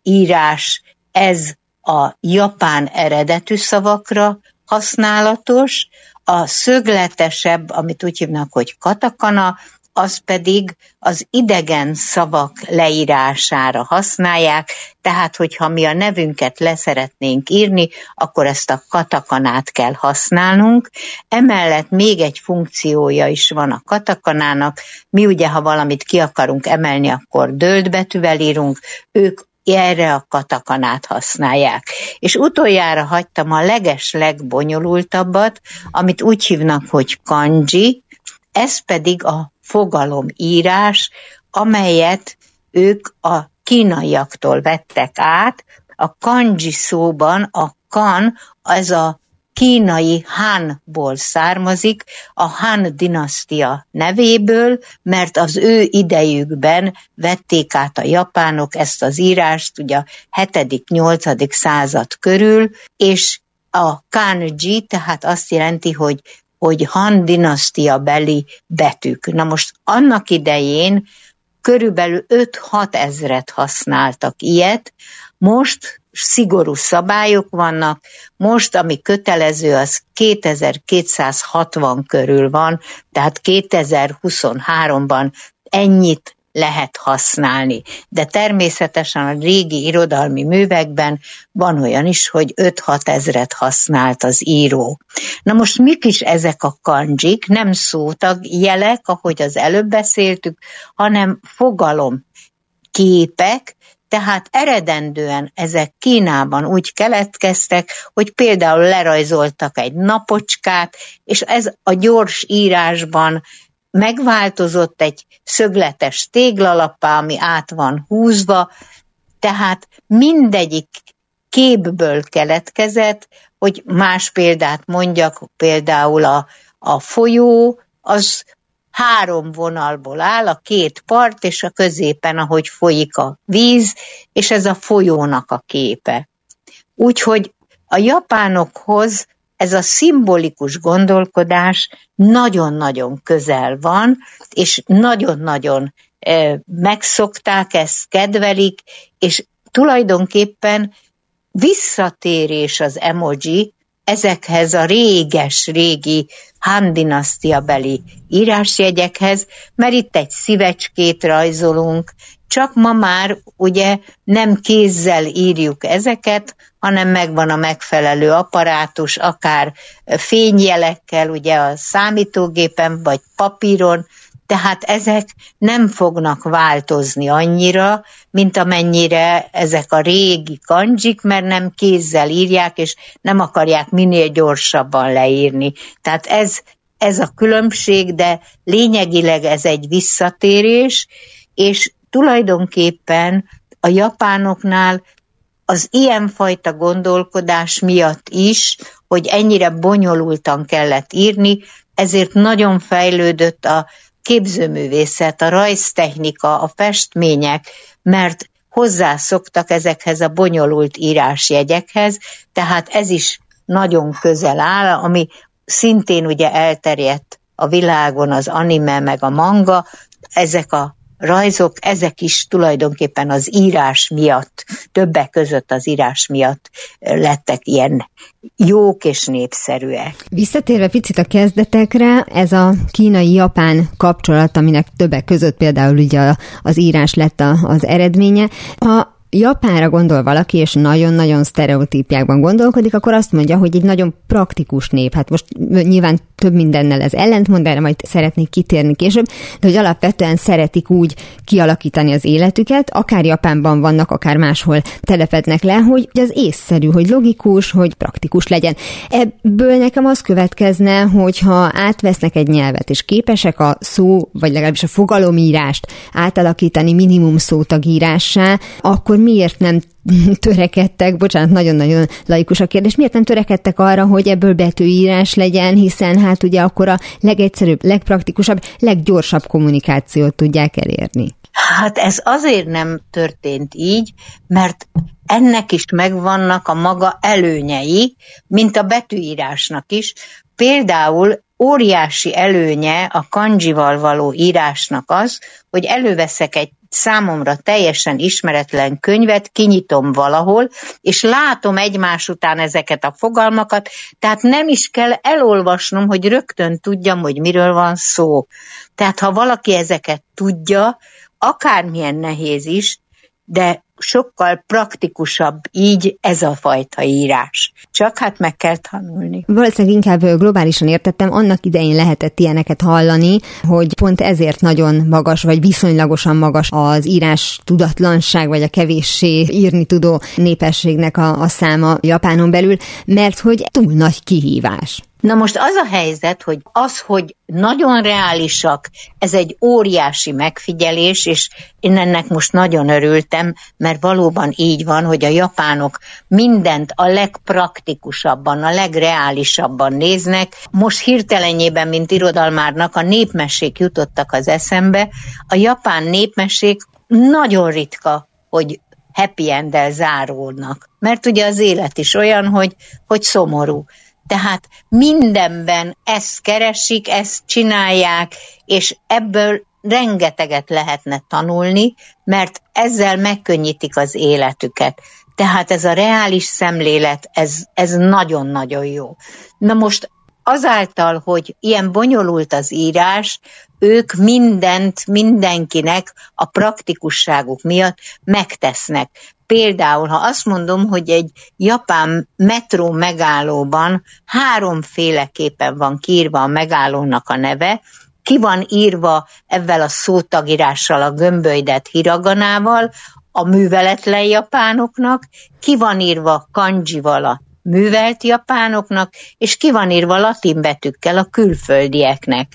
írás, ez a japán eredetű szavakra használatos, a szögletesebb, amit úgy hívnak, hogy katakana, az pedig az idegen szavak leírására használják, tehát hogyha mi a nevünket leszeretnénk írni, akkor ezt a katakanát kell használnunk. Emellett még egy funkciója is van a katakanának, mi ugye, ha valamit ki akarunk emelni, akkor dőlt betűvel írunk, ők erre a katakanát használják. És utoljára hagytam a leges legbonyolultabbat, amit úgy hívnak, hogy kanji, ez pedig a fogalomírás, amelyet ők a kínaiaktól vettek át. A kanji szóban a kan, ez a kínai Hanból származik, a Han dinasztia nevéből, mert az ő idejükben vették át a japánok ezt az írást, ugye a hetedik-nyolcadik század körül, és a kanji, tehát azt jelenti, hogy hogy Han dinasztia beli betűk. Na most annak idején körülbelül öt-hat ezret használtak ilyet, most szigorú szabályok vannak, most ami kötelező, az kétezer-kétszázhatvan körül van, tehát kétezer-huszonháromban ennyit lehet használni. De természetesen a régi irodalmi művekben van olyan is, hogy öt-hat ezret használt az író. Na most mik is ezek a kanjik? Nem szótag jelek, ahogy az előbb beszéltük, hanem fogalom képek, tehát eredendően ezek Kínában úgy keletkeztek, hogy például lerajzoltak egy napocskát, és ez a gyors írásban megváltozott egy szögletes téglalappá, ami át van húzva, tehát mindegyik képből keletkezett, hogy más példát mondjak, például a, a folyó, az három vonalból áll, a két part, és a középen, ahogy folyik a víz, és ez a folyónak a képe. Úgyhogy a japánokhoz ez a szimbolikus gondolkodás nagyon-nagyon közel van, és nagyon-nagyon e, megszokták, ezt kedvelik, és tulajdonképpen visszatérés az emoji ezekhez a réges-régi Han dinasztia beli írásjegyekhez, mert itt egy szívecskét rajzolunk, csak ma már ugye nem kézzel írjuk ezeket, hanem megvan a megfelelő apparátus, akár fényjelekkel, ugye a számítógépen, vagy papíron, tehát ezek nem fognak változni annyira, mint amennyire ezek a régi kanjik, mert nem kézzel írják, és nem akarják minél gyorsabban leírni. Tehát ez, ez a különbség, de lényegileg ez egy visszatérés, és tulajdonképpen a japánoknál az ilyenfajta gondolkodás miatt is, hogy ennyire bonyolultan kellett írni, ezért nagyon fejlődött a képzőművészet, a rajztechnika, a festmények, mert hozzászoktak ezekhez a bonyolult írásjegyekhez, tehát ez is nagyon közel áll, ami szintén ugye elterjedt a világon, az anime meg a manga, ezek a rajzok, ezek is tulajdonképpen az írás miatt, többek között az írás miatt lettek ilyen jók és népszerűek. Visszatérve picit a kezdetekre, ez a kínai-japán kapcsolat, aminek többek között például ugye az írás lett az eredménye. A Japánra gondol valaki, és nagyon-nagyon sztereotípiákban gondolkodik, akkor azt mondja, hogy egy nagyon praktikus nép. Hát most nyilván több mindennel ez ellentmond, erre majd szeretnék kitérni később, de hogy alapvetően szeretik úgy kialakítani az életüket, akár Japánban vannak, akár máshol telepednek le, hogy az észszerű, hogy logikus, hogy praktikus legyen. Ebből nekem az következne, hogyha átvesznek egy nyelvet, és képesek a szó, vagy legalábbis a fogalomírást átalakítani minimum szótagírássá, akkor miért nem törekedtek, bocsánat, nagyon-nagyon laikus a kérdés, miért nem törekedtek arra, hogy ebből betűírás legyen, hiszen hát ugye akkor a legegyszerűbb, legpraktikusabb, leggyorsabb kommunikációt tudják elérni. Hát ez azért nem történt így, mert ennek is megvannak a maga előnyei, mint a betűírásnak is. Például óriási előnye a kanjival való írásnak az, hogy előveszek egy számomra teljesen ismeretlen könyvet, kinyitom valahol, és látom egymás után ezeket a fogalmakat, tehát nem is kell elolvasnom, hogy rögtön tudjam, hogy miről van szó. Tehát ha valaki ezeket tudja, akármilyen nehéz is, de sokkal praktikusabb így ez a fajta írás. Csak hát meg kell tanulni. Valószínűleg inkább globálisan értettem, annak idején lehetett ilyeneket hallani, hogy pont ezért nagyon magas, vagy viszonylagosan magas az írás tudatlanság, vagy a kevéssé írni tudó népességnek a, a száma Japánon belül, mert hogy túl nagy kihívás. Na most az a helyzet, hogy az, hogy nagyon reálisak, ez egy óriási megfigyelés, és én ennek most nagyon örültem, mert valóban így van, hogy a japánok mindent a legpraktikusabban, a legreálisabban néznek. Most hirtelenjében, mint irodalmárnak, a népmesék jutottak az eszembe. A japán népmesék nagyon ritka, hogy happy enddel záródnak, mert ugye az élet is olyan, hogy, hogy szomorú. Tehát mindenben ezt keresik, ezt csinálják, és ebből rengeteget lehetne tanulni, mert ezzel megkönnyítik az életüket. Tehát ez a reális szemlélet, ez, ez nagyon-nagyon jó. Na most azáltal, hogy ilyen bonyolult az írás, ők mindent mindenkinek a praktikusságuk miatt megtesznek. Például, ha azt mondom, hogy egy japán metró megállóban háromféleképpen van kiírva a megállónak a neve, ki van írva ezzel a szótagírással, a gömbölydett hiraganával a műveletlen japánoknak, ki van írva kanjival a művelt japánoknak, és ki van írva latin betűkkel a külföldieknek.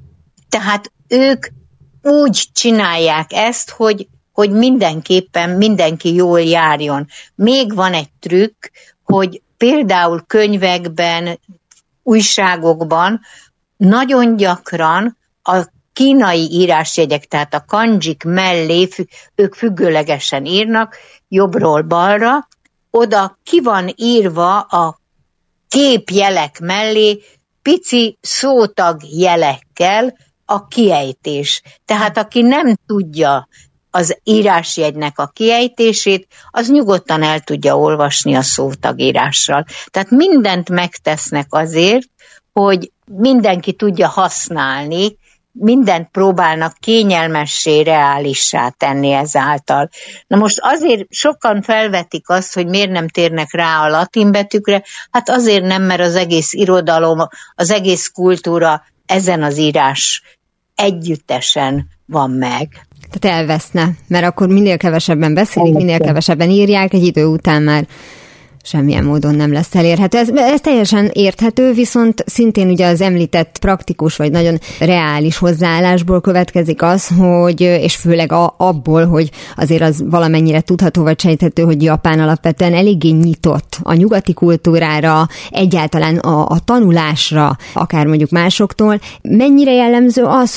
Tehát ők úgy csinálják ezt, hogy hogy mindenképpen mindenki jól járjon. Még van egy trükk, hogy például könyvekben, újságokban nagyon gyakran a kínai írásjegyek, tehát a kanjik mellé ők függőlegesen írnak, jobbról balra, oda ki van írva a képjelek mellé pici szótag jelekkel a kiejtés. Tehát aki nem tudja az írásjegynek a kiejtését, az nyugodtan el tudja olvasni a szótagírással. Tehát mindent megtesznek azért, hogy mindenki tudja használni, mindent próbálnak kényelmessé, reálissá tenni ezáltal. Na most azért sokan felvetik azt, hogy miért nem térnek rá a latin betűkre, hát azért nem, mert az egész irodalom, az egész kultúra ezen az írás együttesen van meg. Tehát elveszne, mert akkor minél kevesebben beszélik, minél kevesebben írják, egy idő után már semmilyen módon nem lesz elérhető. Ez, ez teljesen érthető, viszont szintén ugye az említett praktikus vagy nagyon reális hozzáállásból következik az, hogy, és főleg a, abból, hogy azért az valamennyire tudható vagy sejthető, hogy Japán alapvetően eléggé nyitott a nyugati kultúrára, egyáltalán a, a tanulásra, akár mondjuk másoktól. Mennyire jellemző az, hogy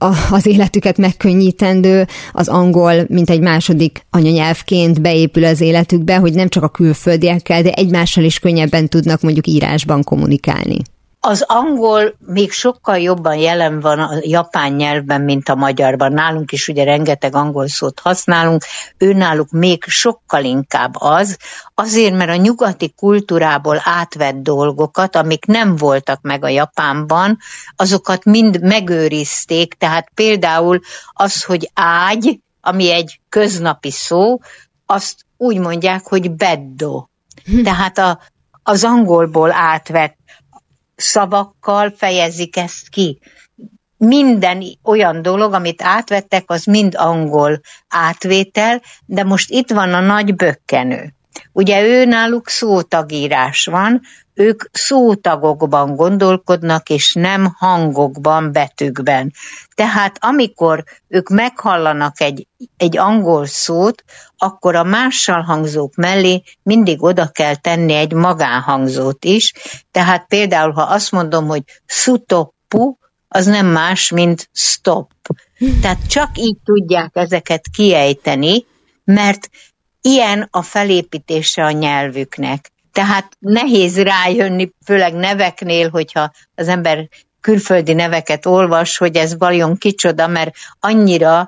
az életüket megkönnyítendő, az angol, mint egy második anyanyelvként beépül az életükbe, hogy nem csak a külföldiekkel, de egymással is könnyebben tudnak mondjuk írásban kommunikálni. Az angol még sokkal jobban jelen van a japán nyelvben, mint a magyarban. Nálunk is ugye rengeteg angol szót használunk, őnáluk még sokkal inkább az, azért, mert a nyugati kultúrából átvett dolgokat, amik nem voltak meg a Japánban, azokat mind megőrizték, tehát például az, hogy ágy, ami egy köznapi szó, azt úgy mondják, hogy beddo. Tehát a, az angolból átvett szavakkal fejezik ezt ki. Minden olyan dolog, amit átvettek, az mind angol átvétel, de most itt van a nagy bökkenő. Ugye ő náluk szótagírás van, ők szótagokban gondolkodnak, és nem hangokban, betűkben. Tehát amikor ők meghallanak egy, egy angol szót, akkor a mással hangzók mellé mindig oda kell tenni egy magánhangzót is. Tehát például, ha azt mondom, hogy szutoppu, az nem más, mint stop. Tehát csak így tudják ezeket kiejteni, mert ilyen a felépítése a nyelvüknek. Tehát nehéz rájönni, főleg neveknél, hogyha az ember külföldi neveket olvas, hogy ez vajon kicsoda, mert annyira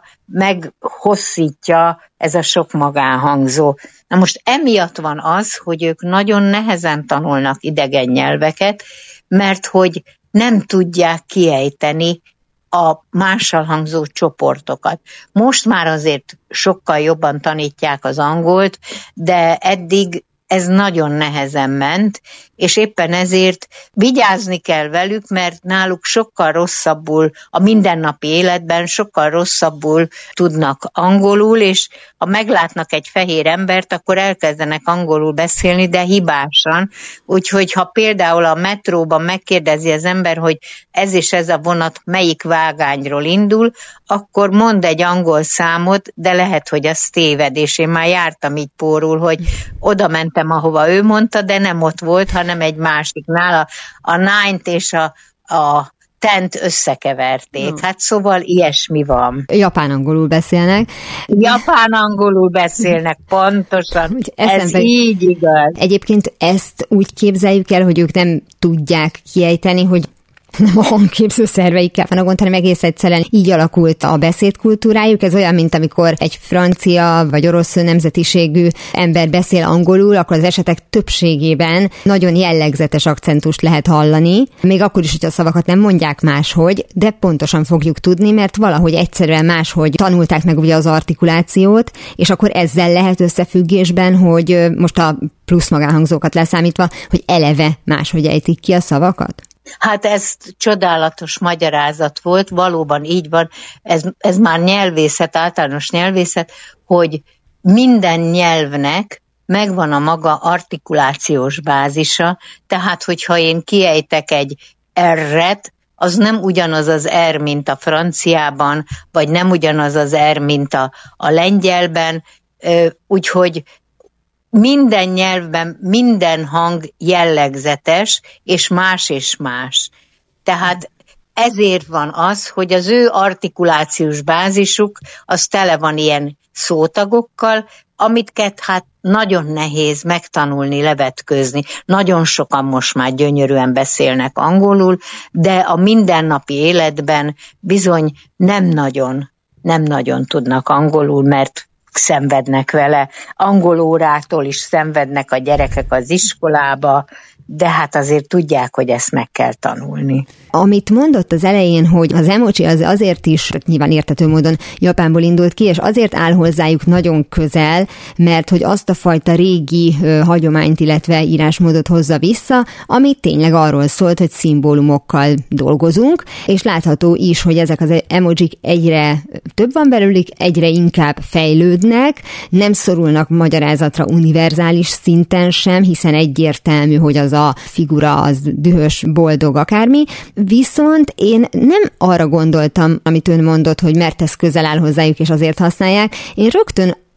meghosszítja ez a sok magánhangzó. Na most emiatt van az, hogy ők nagyon nehezen tanulnak idegen nyelveket, mert hogy nem tudják kiejteni a mással hangzó csoportokat. Most már azért sokkal jobban tanítják az angolt, de eddig ez nagyon nehezen ment, és éppen ezért vigyázni kell velük, mert náluk sokkal rosszabbul, a mindennapi életben sokkal rosszabbul tudnak angolul, és ha meglátnak egy fehér embert, akkor elkezdenek angolul beszélni, de hibásan. Úgyhogy ha például a metróban megkérdezi az ember, hogy ez és ez a vonat melyik vágányról indul, akkor mond egy angol számot, de lehet, hogy az téved, és én már jártam így pórul, hogy oda mentem, ahova ő mondta, de nem ott volt, hanem egy másiknál. A, a nine-t és a, a tent összekeverték. Hmm. Hát szóval ilyesmi van. Japán-angolul beszélnek. Japán-angolul beszélnek, pontosan. Ez így igaz. Egyébként ezt úgy képzeljük el, hogy ők nem tudják kiejteni, hogy nem a hangképző szerveikkel van a gond, hanem egész egyszerűen így alakult a beszédkultúrájuk. Ez olyan, mint amikor egy francia vagy orosz nemzetiségű ember beszél angolul, akkor az esetek többségében nagyon jellegzetes akcentust lehet hallani, még akkor is, hogy a szavakat nem mondják máshogy, de pontosan fogjuk tudni, mert valahogy egyszerűen máshogy tanulták meg ugye az artikulációt, és akkor ezzel lehet összefüggésben, hogy most a plusz magánhangzókat leszámítva, hogy eleve máshogy ejtik ki a szavakat? Hát ez csodálatos magyarázat volt, valóban így van, ez, ez már nyelvészet, általános nyelvészet, hogy minden nyelvnek megvan a maga artikulációs bázisa, tehát hogyha én kiejtek egy R-et, az nem ugyanaz az R, mint a franciában, vagy nem ugyanaz az R, mint a, a lengyelben, úgyhogy minden nyelvben minden hang jellegzetes, és más és más. Tehát ezért van az, hogy az ő artikulációs bázisuk az tele van ilyen szótagokkal, amiket hát nagyon nehéz megtanulni, levetközni. Nagyon sokan most már gyönyörűen beszélnek angolul, de a mindennapi életben bizony nem nagyon, nem nagyon tudnak angolul, mert szenvednek vele, angolórától is szenvednek a gyerekek az iskolába, de hát azért tudják, hogy ezt meg kell tanulni. Amit mondott az elején, hogy az emoji az azért is nyilván érthető módon Japánból indult ki, és azért áll hozzájuk nagyon közel, mert hogy azt a fajta régi ö, hagyományt, illetve írásmódot hozza vissza, ami tényleg arról szólt, hogy szimbólumokkal dolgozunk, és látható is, hogy ezek az emojik egyre több van belőlük, egyre inkább fejlődnek, nem szorulnak magyarázatra univerzális szinten sem, hiszen egyértelmű, hogy az a figura az dühös, boldog, akármi, viszont én nem arra gondoltam, amit ön mondott, hogy mert ez közel áll hozzájuk, és azért használják. Én rögtön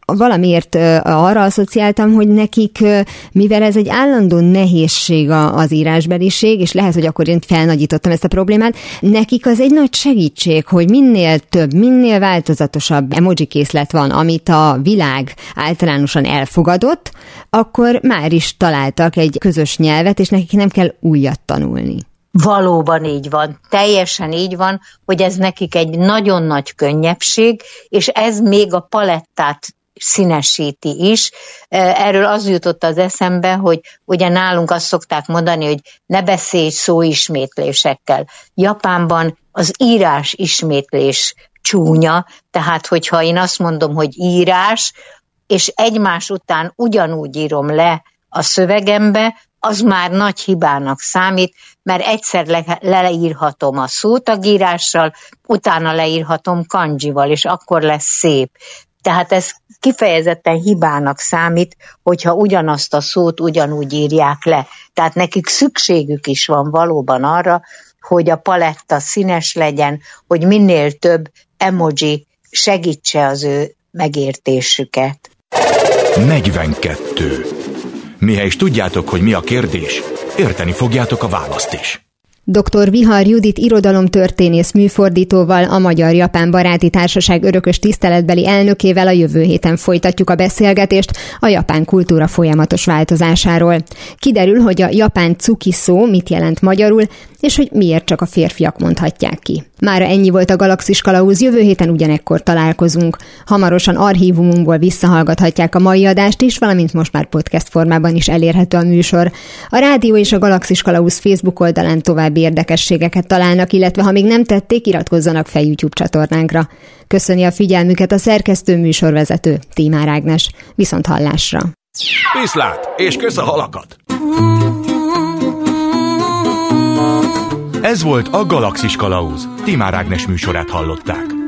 valamiért arra asszociáltam, hogy nekik, mivel ez egy állandó nehézség az írásbeliség, és lehet, hogy akkor én felnagyítottam ezt a problémát, nekik az egy nagy segítség, hogy minél több, minél változatosabb emoji készlet van, amit a világ általánosan elfogadott, akkor már is találtak egy közös nyelvet, és nekik nem kell újat tanulni. Valóban így van, teljesen így van, hogy ez nekik egy nagyon nagy könnyebbség, és ez még a palettát színesíti is. Erről az jutott az eszembe, hogy ugye nálunk azt szokták mondani, hogy ne beszélj szóismétlésekkel. Japánban az írás ismétlés csúnya, tehát hogyha én azt mondom, hogy írás, és egymás után ugyanúgy írom le a szövegembe, az már nagy hibának számít, mert egyszer le- leírhatom a szótagírással, utána leírhatom kanjival, és akkor lesz szép. Tehát ez kifejezetten hibának számít, hogyha ugyanazt a szót ugyanúgy írják le. Tehát nekik szükségük is van valóban arra, hogy a paletta színes legyen, hogy minél több emoji segítse az ő megértésüket. negyvenkettő. Mihelyis tudjátok, hogy mi a kérdés, érteni fogjátok a választ is. doktor Vihar Judit irodalomtörténész műfordítóval, a Magyar-Japán Baráti Társaság örökös tiszteletbeli elnökével a jövő héten folytatjuk a beszélgetést a japán kultúra folyamatos változásáról. Kiderül, hogy a japán cuki szó mit jelent magyarul, és hogy miért csak a férfiak mondhatják ki. Mára ennyi volt a Galaxis Kalauz, jövő héten ugyanekkor találkozunk. Hamarosan archívumunkból visszahallgathatják a mai adást is, valamint most már podcast formában is elérhető a műsor. A rádió és a Galaxis Kalauz Facebook oldalán további érdekességeket találnak, illetve ha még nem tették, iratkozzanak fel YouTube csatornánkra. Köszöni a figyelmüket a szerkesztő műsorvezető, Tímár Ágnes. Viszont hallásra! Viszlát, és kösz a halakat! Ez volt a Galaxis Kalauz. Tímár Ágnes műsorát hallották.